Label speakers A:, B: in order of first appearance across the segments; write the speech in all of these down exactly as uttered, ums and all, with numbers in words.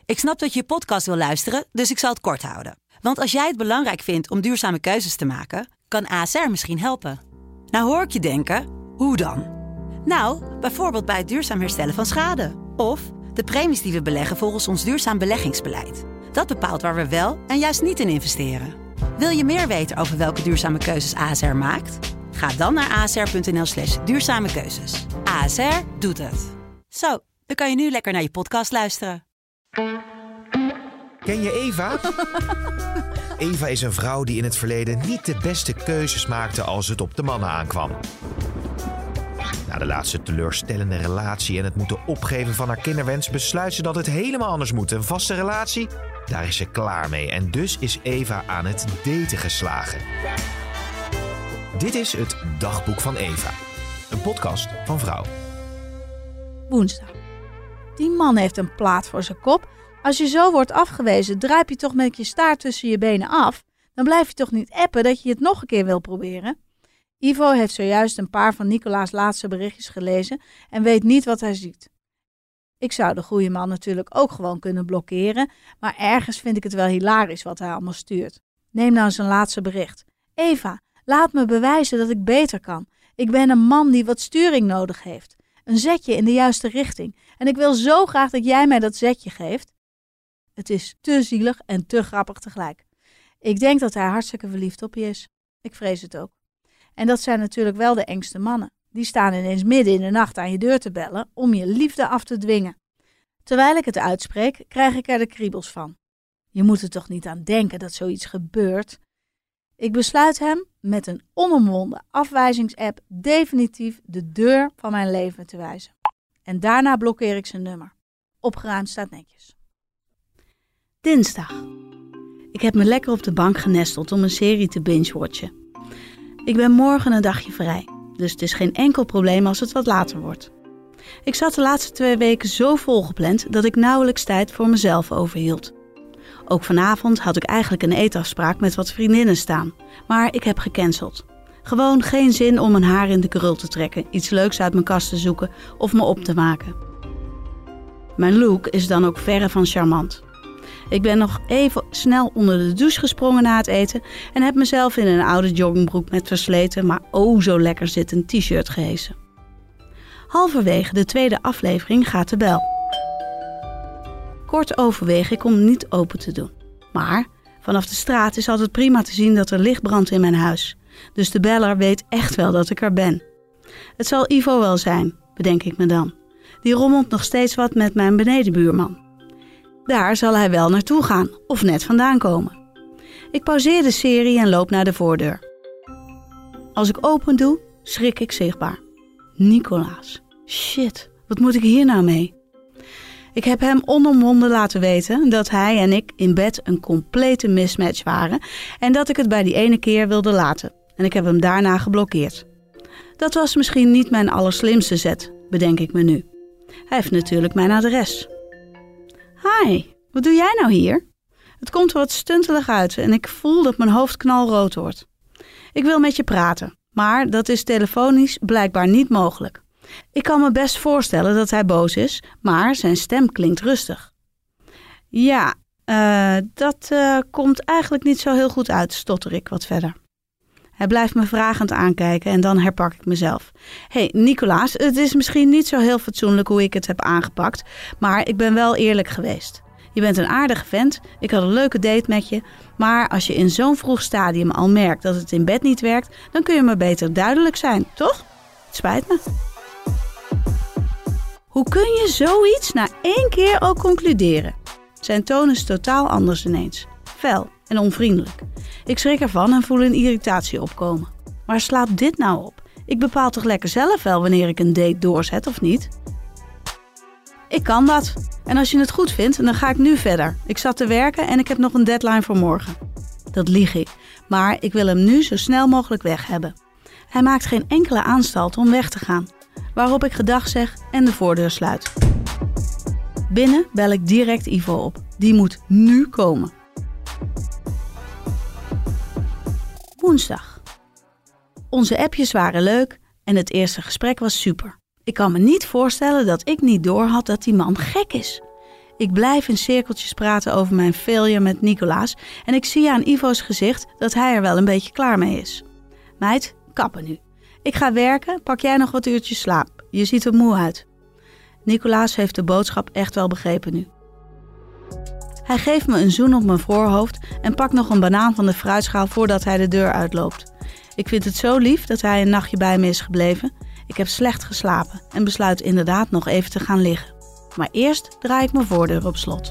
A: Ik snap dat je je podcast wil luisteren, dus ik zal het kort houden. Want als jij het belangrijk vindt om duurzame keuzes te maken, kan A S R misschien helpen. Nou hoor ik je denken, hoe dan? Nou, bijvoorbeeld bij het duurzaam herstellen van schade. Of de premies die we beleggen volgens ons duurzaam beleggingsbeleid. Dat bepaalt waar we wel en juist niet in investeren. Wil je meer weten over welke duurzame keuzes A S R maakt? Ga dan naar asr.nl slash duurzame keuzes. A S R doet het. Zo, dan kan je nu lekker naar je podcast luisteren.
B: Ken je Eva? Eva is een vrouw die in het verleden niet de beste keuzes maakte als het op de mannen aankwam. Na de laatste teleurstellende relatie en het moeten opgeven van haar kinderwens besluit ze dat het helemaal anders moet. Een vaste relatie, daar is ze klaar mee. En dus is Eva aan het daten geslagen. Dit is het Dagboek van Eva. Een podcast van Vrouw.
C: Woensdag. Die man heeft een plaat voor zijn kop. Als je zo wordt afgewezen, druip je toch met je staart tussen je benen af. Dan blijf je toch niet appen dat je het nog een keer wil proberen. Ivo heeft zojuist een paar van Nicolaas' laatste berichtjes gelezen en weet niet wat hij ziet. Ik zou de goede man natuurlijk ook gewoon kunnen blokkeren, maar ergens vind ik het wel hilarisch wat hij allemaal stuurt. Neem nou zijn laatste bericht. Eva, laat me bewijzen dat ik beter kan. Ik ben een man die wat sturing nodig heeft. Een zetje in de juiste richting. En ik wil zo graag dat jij mij dat zetje geeft. Het is te zielig en te grappig tegelijk. Ik denk dat hij hartstikke verliefd op je is. Ik vrees het ook. En dat zijn natuurlijk wel de engste mannen. Die staan ineens midden in de nacht aan je deur te bellen om je liefde af te dwingen. Terwijl ik het uitspreek, krijg ik er de kriebels van. Je moet er toch niet aan denken dat zoiets gebeurt? Ik besluit hem met een onomwonden afwijzingsapp definitief de deur van mijn leven te wijzen. En daarna blokkeer ik zijn nummer. Opgeruimd staat netjes. Dinsdag. Ik heb me lekker op de bank genesteld om een serie te binge-watchen. Ik ben morgen een dagje vrij, dus het is geen enkel probleem als het wat later wordt. Ik zat de laatste twee weken zo volgepland dat ik nauwelijks tijd voor mezelf overhield. Ook vanavond had ik eigenlijk een eetafspraak met wat vriendinnen staan, maar ik heb gecanceld. Gewoon geen zin om mijn haar in de krul te trekken, iets leuks uit mijn kast te zoeken of me op te maken. Mijn look is dan ook verre van charmant. Ik ben nog even snel onder de douche gesprongen na het eten en heb mezelf in een oude joggingbroek met versleten, maar oh zo lekker zittend t-shirt gehesen. Halverwege de tweede aflevering gaat de bel. Kort overweeg ik om niet open te doen. Maar vanaf de straat is altijd prima te zien dat er licht brandt in mijn huis. Dus de beller weet echt wel dat ik er ben. Het zal Ivo wel zijn, bedenk ik me dan. Die rommelt nog steeds wat met mijn benedenbuurman. Daar zal hij wel naartoe gaan, of net vandaan komen. Ik pauzeer de serie en loop naar de voordeur. Als ik open doe, schrik ik zichtbaar. Nicolaas. Shit, wat moet ik hier nou mee? Ik heb hem onomwonden laten weten dat hij en ik in bed een complete mismatch waren en dat ik het bij die ene keer wilde laten. En ik heb hem daarna geblokkeerd. Dat was misschien niet mijn allerslimste zet, bedenk ik me nu. Hij heeft natuurlijk mijn adres. Hi, wat doe jij nou hier? Het komt er wat stuntelig uit en ik voel dat mijn hoofd knalrood wordt. Ik wil met je praten, maar dat is telefonisch blijkbaar niet mogelijk. Ik kan me best voorstellen dat hij boos is, maar zijn stem klinkt rustig. Ja, uh, dat uh, komt eigenlijk niet zo heel goed uit, stotter ik wat verder. Hij blijft me vragend aankijken en dan herpak ik mezelf. Hé, hey, Nicolaas, het is misschien niet zo heel fatsoenlijk hoe ik het heb aangepakt, maar ik ben wel eerlijk geweest. Je bent een aardige vent, ik had een leuke date met je, maar als je in zo'n vroeg stadium al merkt dat het in bed niet werkt, dan kun je maar beter duidelijk zijn, toch? Het spijt me. Hoe kun je zoiets na één keer al concluderen? Zijn toon is totaal anders ineens. Fel en onvriendelijk. Ik schrik ervan en voel een irritatie opkomen. Waar slaat dit nou op? Ik bepaal toch lekker zelf wel wanneer ik een date doorzet of niet? Ik kan dat. En als je het goed vindt, dan ga ik nu verder. Ik zat te werken en ik heb nog een deadline voor morgen. Dat lieg ik. Maar ik wil hem nu zo snel mogelijk weg hebben. Hij maakt geen enkele aanstalt om weg te gaan. Waarop ik gedag zeg en de voordeur sluit. Binnen bel ik direct Ivo op. Die moet nu komen. Woensdag. Onze appjes waren leuk en het eerste gesprek was super. Ik kan me niet voorstellen dat ik niet doorhad dat die man gek is. Ik blijf in cirkeltjes praten over mijn failure met Nicolaas en ik zie aan Ivo's gezicht dat hij er wel een beetje klaar mee is. Meid, kappen nu. Ik ga werken, pak jij nog wat uurtjes slaap. Je ziet er moe uit. Nicolaas heeft de boodschap echt wel begrepen nu. Hij geeft me een zoen op mijn voorhoofd en pakt nog een banaan van de fruitschaal voordat hij de deur uitloopt. Ik vind het zo lief dat hij een nachtje bij me is gebleven. Ik heb slecht geslapen en besluit inderdaad nog even te gaan liggen. Maar eerst draai ik mijn voordeur op slot.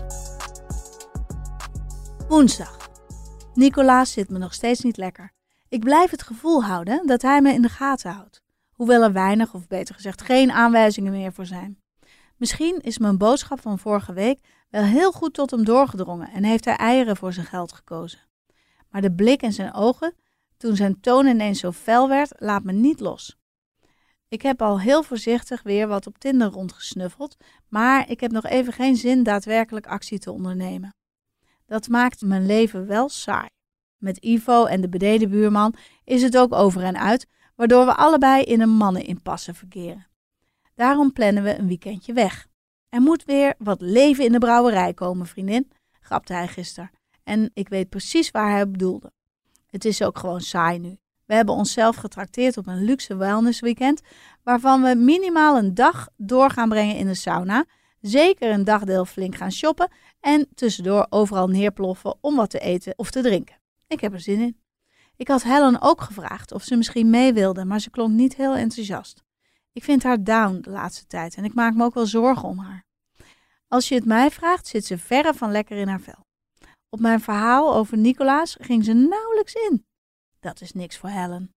C: Woensdag. Nicolaas zit me nog steeds niet lekker. Ik blijf het gevoel houden dat hij me in de gaten houdt. Hoewel er weinig, of beter gezegd geen aanwijzingen meer voor zijn. Misschien is mijn boodschap van vorige week wel heel goed tot hem doorgedrongen en heeft hij eieren voor zijn geld gekozen. Maar de blik in zijn ogen, toen zijn toon ineens zo fel werd, laat me niet los. Ik heb al heel voorzichtig weer wat op Tinder rondgesnuffeld, maar ik heb nog even geen zin daadwerkelijk actie te ondernemen. Dat maakt mijn leven wel saai. Met Ivo en de benedenbuurman is het ook over en uit, waardoor we allebei in een mannenimpasse verkeren. Daarom plannen we een weekendje weg. Er moet weer wat leven in de brouwerij komen, vriendin, grapte hij gisteren. En ik weet precies waar hij op bedoelde. Het is ook gewoon saai nu. We hebben onszelf getrakteerd op een luxe wellnessweekend, waarvan we minimaal een dag door gaan brengen in de sauna, zeker een dagdeel flink gaan shoppen en tussendoor overal neerploffen om wat te eten of te drinken. Ik heb er zin in. Ik had Helen ook gevraagd of ze misschien mee wilde, maar ze klonk niet heel enthousiast. Ik vind haar down de laatste tijd en ik maak me ook wel zorgen om haar. Als je het mij vraagt, zit ze verre van lekker in haar vel. Op mijn verhaal over Nicolaas ging ze nauwelijks in. Dat is niks voor Helen.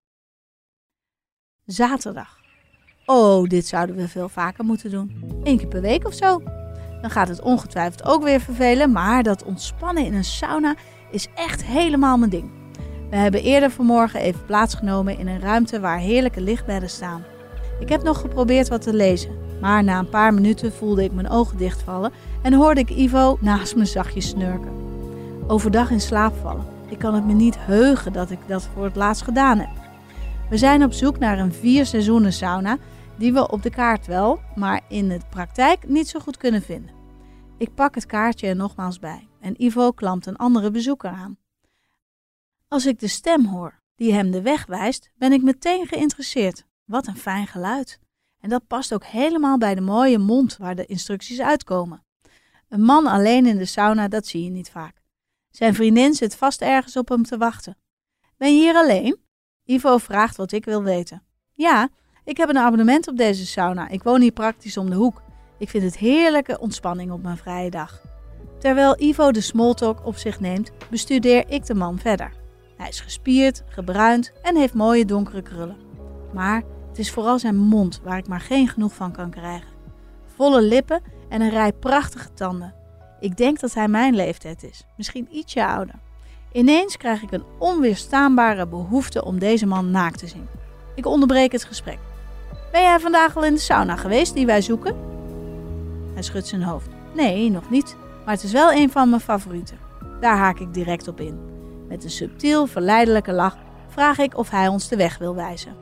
C: Zaterdag. Oh, dit zouden we veel vaker moeten doen. Eén keer per week of zo. Dan gaat het ongetwijfeld ook weer vervelen, maar dat ontspannen in een sauna is echt helemaal mijn ding. We hebben eerder vanmorgen even plaatsgenomen in een ruimte waar heerlijke lichtbedden staan. Ik heb nog geprobeerd wat te lezen, maar na een paar minuten voelde ik mijn ogen dichtvallen en hoorde ik Ivo naast me zachtjes snurken. Overdag in slaap vallen. Ik kan het me niet heugen dat ik dat voor het laatst gedaan heb. We zijn op zoek naar een vier seizoenen sauna die we op de kaart wel, maar in de praktijk niet zo goed kunnen vinden. Ik pak het kaartje er nogmaals bij en Ivo klampt een andere bezoeker aan. Als ik de stem hoor die hem de weg wijst, ben ik meteen geïnteresseerd. Wat een fijn geluid. En dat past ook helemaal bij de mooie mond waar de instructies uitkomen. Een man alleen in de sauna, dat zie je niet vaak. Zijn vriendin zit vast ergens op hem te wachten. Ben je hier alleen? Ivo vraagt wat ik wil weten. Ja, ik heb een abonnement op deze sauna. Ik woon hier praktisch om de hoek. Ik vind het heerlijke ontspanning op mijn vrije dag. Terwijl Ivo de smalltalk op zich neemt, bestudeer ik de man verder. Hij is gespierd, gebruind en heeft mooie donkere krullen. Maar het is vooral zijn mond waar ik maar geen genoeg van kan krijgen. Volle lippen en een rij prachtige tanden. Ik denk dat hij mijn leeftijd is, misschien ietsje ouder. Ineens krijg ik een onweerstaanbare behoefte om deze man naakt te zien. Ik onderbreek het gesprek. Ben jij vandaag al in de sauna geweest die wij zoeken? Hij schudt zijn hoofd. Nee, nog niet, maar het is wel een van mijn favorieten. Daar haak ik direct op in. Met een subtiel, verleidelijke lach vraag ik of hij ons de weg wil wijzen.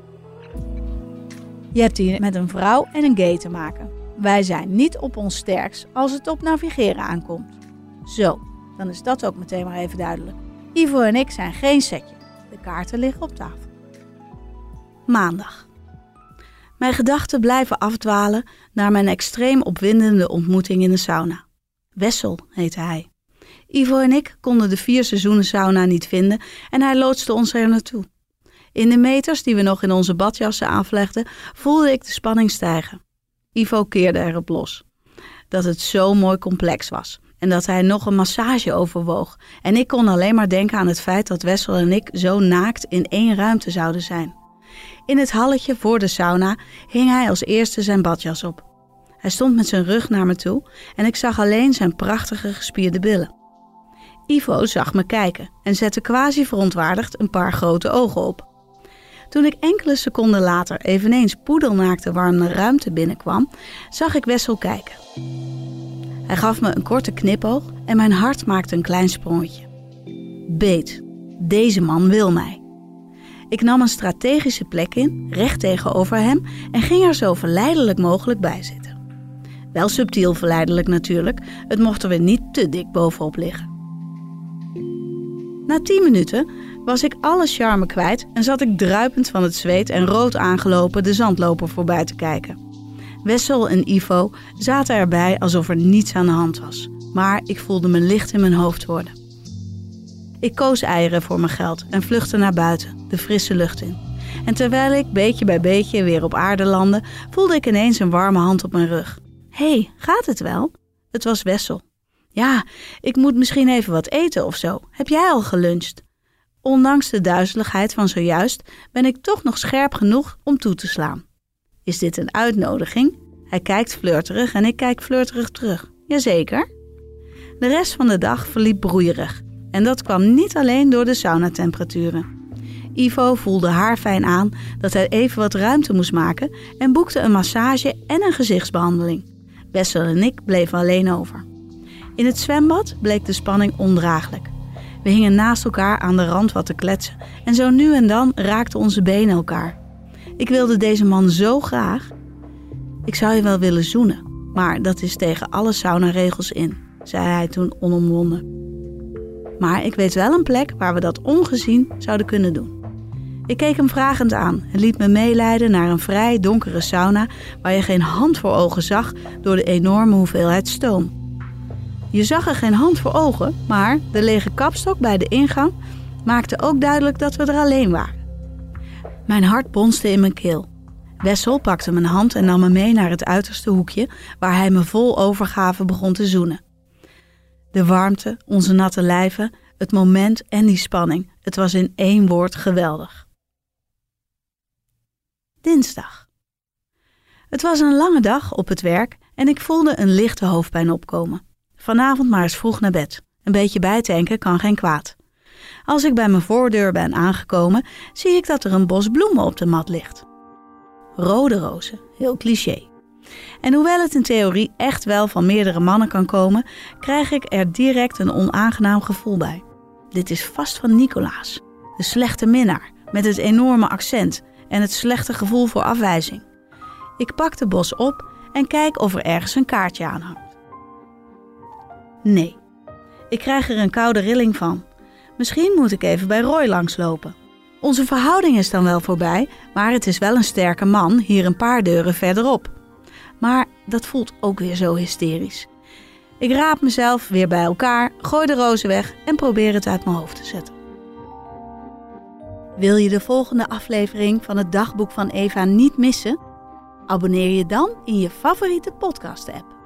C: Je hebt hier met een vrouw en een gay te maken. Wij zijn niet op ons sterkst als het op navigeren aankomt. Zo, dan is dat ook meteen maar even duidelijk. Ivo en ik zijn geen setje. De kaarten liggen op tafel. Maandag. Mijn gedachten blijven afdwalen naar mijn extreem opwindende ontmoeting in de sauna. Wessel heette hij. Ivo en ik konden de vier seizoenen sauna niet vinden en hij loodste ons er naartoe. In de meters die we nog in onze badjassen aanvlechten, voelde ik de spanning stijgen. Ivo keerde erop los. Dat het zo mooi complex was en dat hij nog een massage overwoog. En ik kon alleen maar denken aan het feit dat Wessel en ik zo naakt in één ruimte zouden zijn. In het halletje voor de sauna hing hij als eerste zijn badjas op. Hij stond met zijn rug naar me toe en ik zag alleen zijn prachtige gespierde billen. Ivo zag me kijken en zette quasi verontwaardigd een paar grote ogen op. Toen ik enkele seconden later eveneens poedelnaakt de warme ruimte binnenkwam, zag ik Wessel kijken. Hij gaf me een korte knipoog en mijn hart maakte een klein sprongetje. Beet, deze man wil mij. Ik nam een strategische plek in, recht tegenover hem, en ging er zo verleidelijk mogelijk bij zitten. Wel subtiel verleidelijk natuurlijk, het mocht er weer niet te dik bovenop liggen. Na tien minuten was ik alle charme kwijt en zat ik druipend van het zweet en rood aangelopen de zandloper voorbij te kijken. Wessel en Ivo zaten erbij alsof er niets aan de hand was, maar ik voelde me licht in mijn hoofd worden. Ik koos eieren voor mijn geld en vluchtte naar buiten, de frisse lucht in. En terwijl ik beetje bij beetje weer op aarde landde, voelde ik ineens een warme hand op mijn rug. Hé, hey, gaat het wel? Het was Wessel. Ja, ik moet misschien even wat eten of zo. Heb jij al geluncht? Ondanks de duizeligheid van zojuist ben ik toch nog scherp genoeg om toe te slaan. Is dit een uitnodiging? Hij kijkt flirterig en ik kijk flirterig terug. Jazeker. De rest van de dag verliep broeierig. En dat kwam niet alleen door de saunatemperaturen. Ivo voelde haarfijn aan dat hij even wat ruimte moest maken en boekte een massage en een gezichtsbehandeling. Wessel en ik bleven alleen over. In het zwembad bleek de spanning ondraaglijk. We hingen naast elkaar aan de rand wat te kletsen en zo nu en dan raakten onze benen elkaar. Ik wilde deze man zo graag. Ik zou je wel willen zoenen, maar dat is tegen alle saunaregels in, zei hij toen onomwonden. Maar ik weet wel een plek waar we dat ongezien zouden kunnen doen. Ik keek hem vragend aan en liet me meeleiden naar een vrij donkere sauna waar je geen hand voor ogen zag door de enorme hoeveelheid stoom. Je zag er geen hand voor ogen, maar de lege kapstok bij de ingang maakte ook duidelijk dat we er alleen waren. Mijn hart bonste in mijn keel. Wessel pakte mijn hand en nam me mee naar het uiterste hoekje waar hij me vol overgave begon te zoenen. De warmte, onze natte lijven, het moment en die spanning. Het was in één woord geweldig. Dinsdag. Het was een lange dag op het werk en ik voelde een lichte hoofdpijn opkomen. Vanavond maar eens vroeg naar bed. Een beetje bijtanken kan geen kwaad. Als ik bij mijn voordeur ben aangekomen, zie ik dat er een bos bloemen op de mat ligt. Rode rozen, heel cliché. En hoewel het in theorie echt wel van meerdere mannen kan komen, krijg ik er direct een onaangenaam gevoel bij. Dit is vast van Nicolaas, de slechte minnaar, met het enorme accent en het slechte gevoel voor afwijzing. Ik pak de bos op en kijk of er ergens een kaartje aan hangt. Nee, ik krijg er een koude rilling van. Misschien moet ik even bij Roy langslopen. Onze verhouding is dan wel voorbij, maar het is wel een sterke man hier een paar deuren verderop. Maar dat voelt ook weer zo hysterisch. Ik raap mezelf weer bij elkaar, gooi de rozen weg en probeer het uit mijn hoofd te zetten. Wil je de volgende aflevering van het Dagboek van Eva niet missen? Abonneer je dan in je favoriete podcast-app.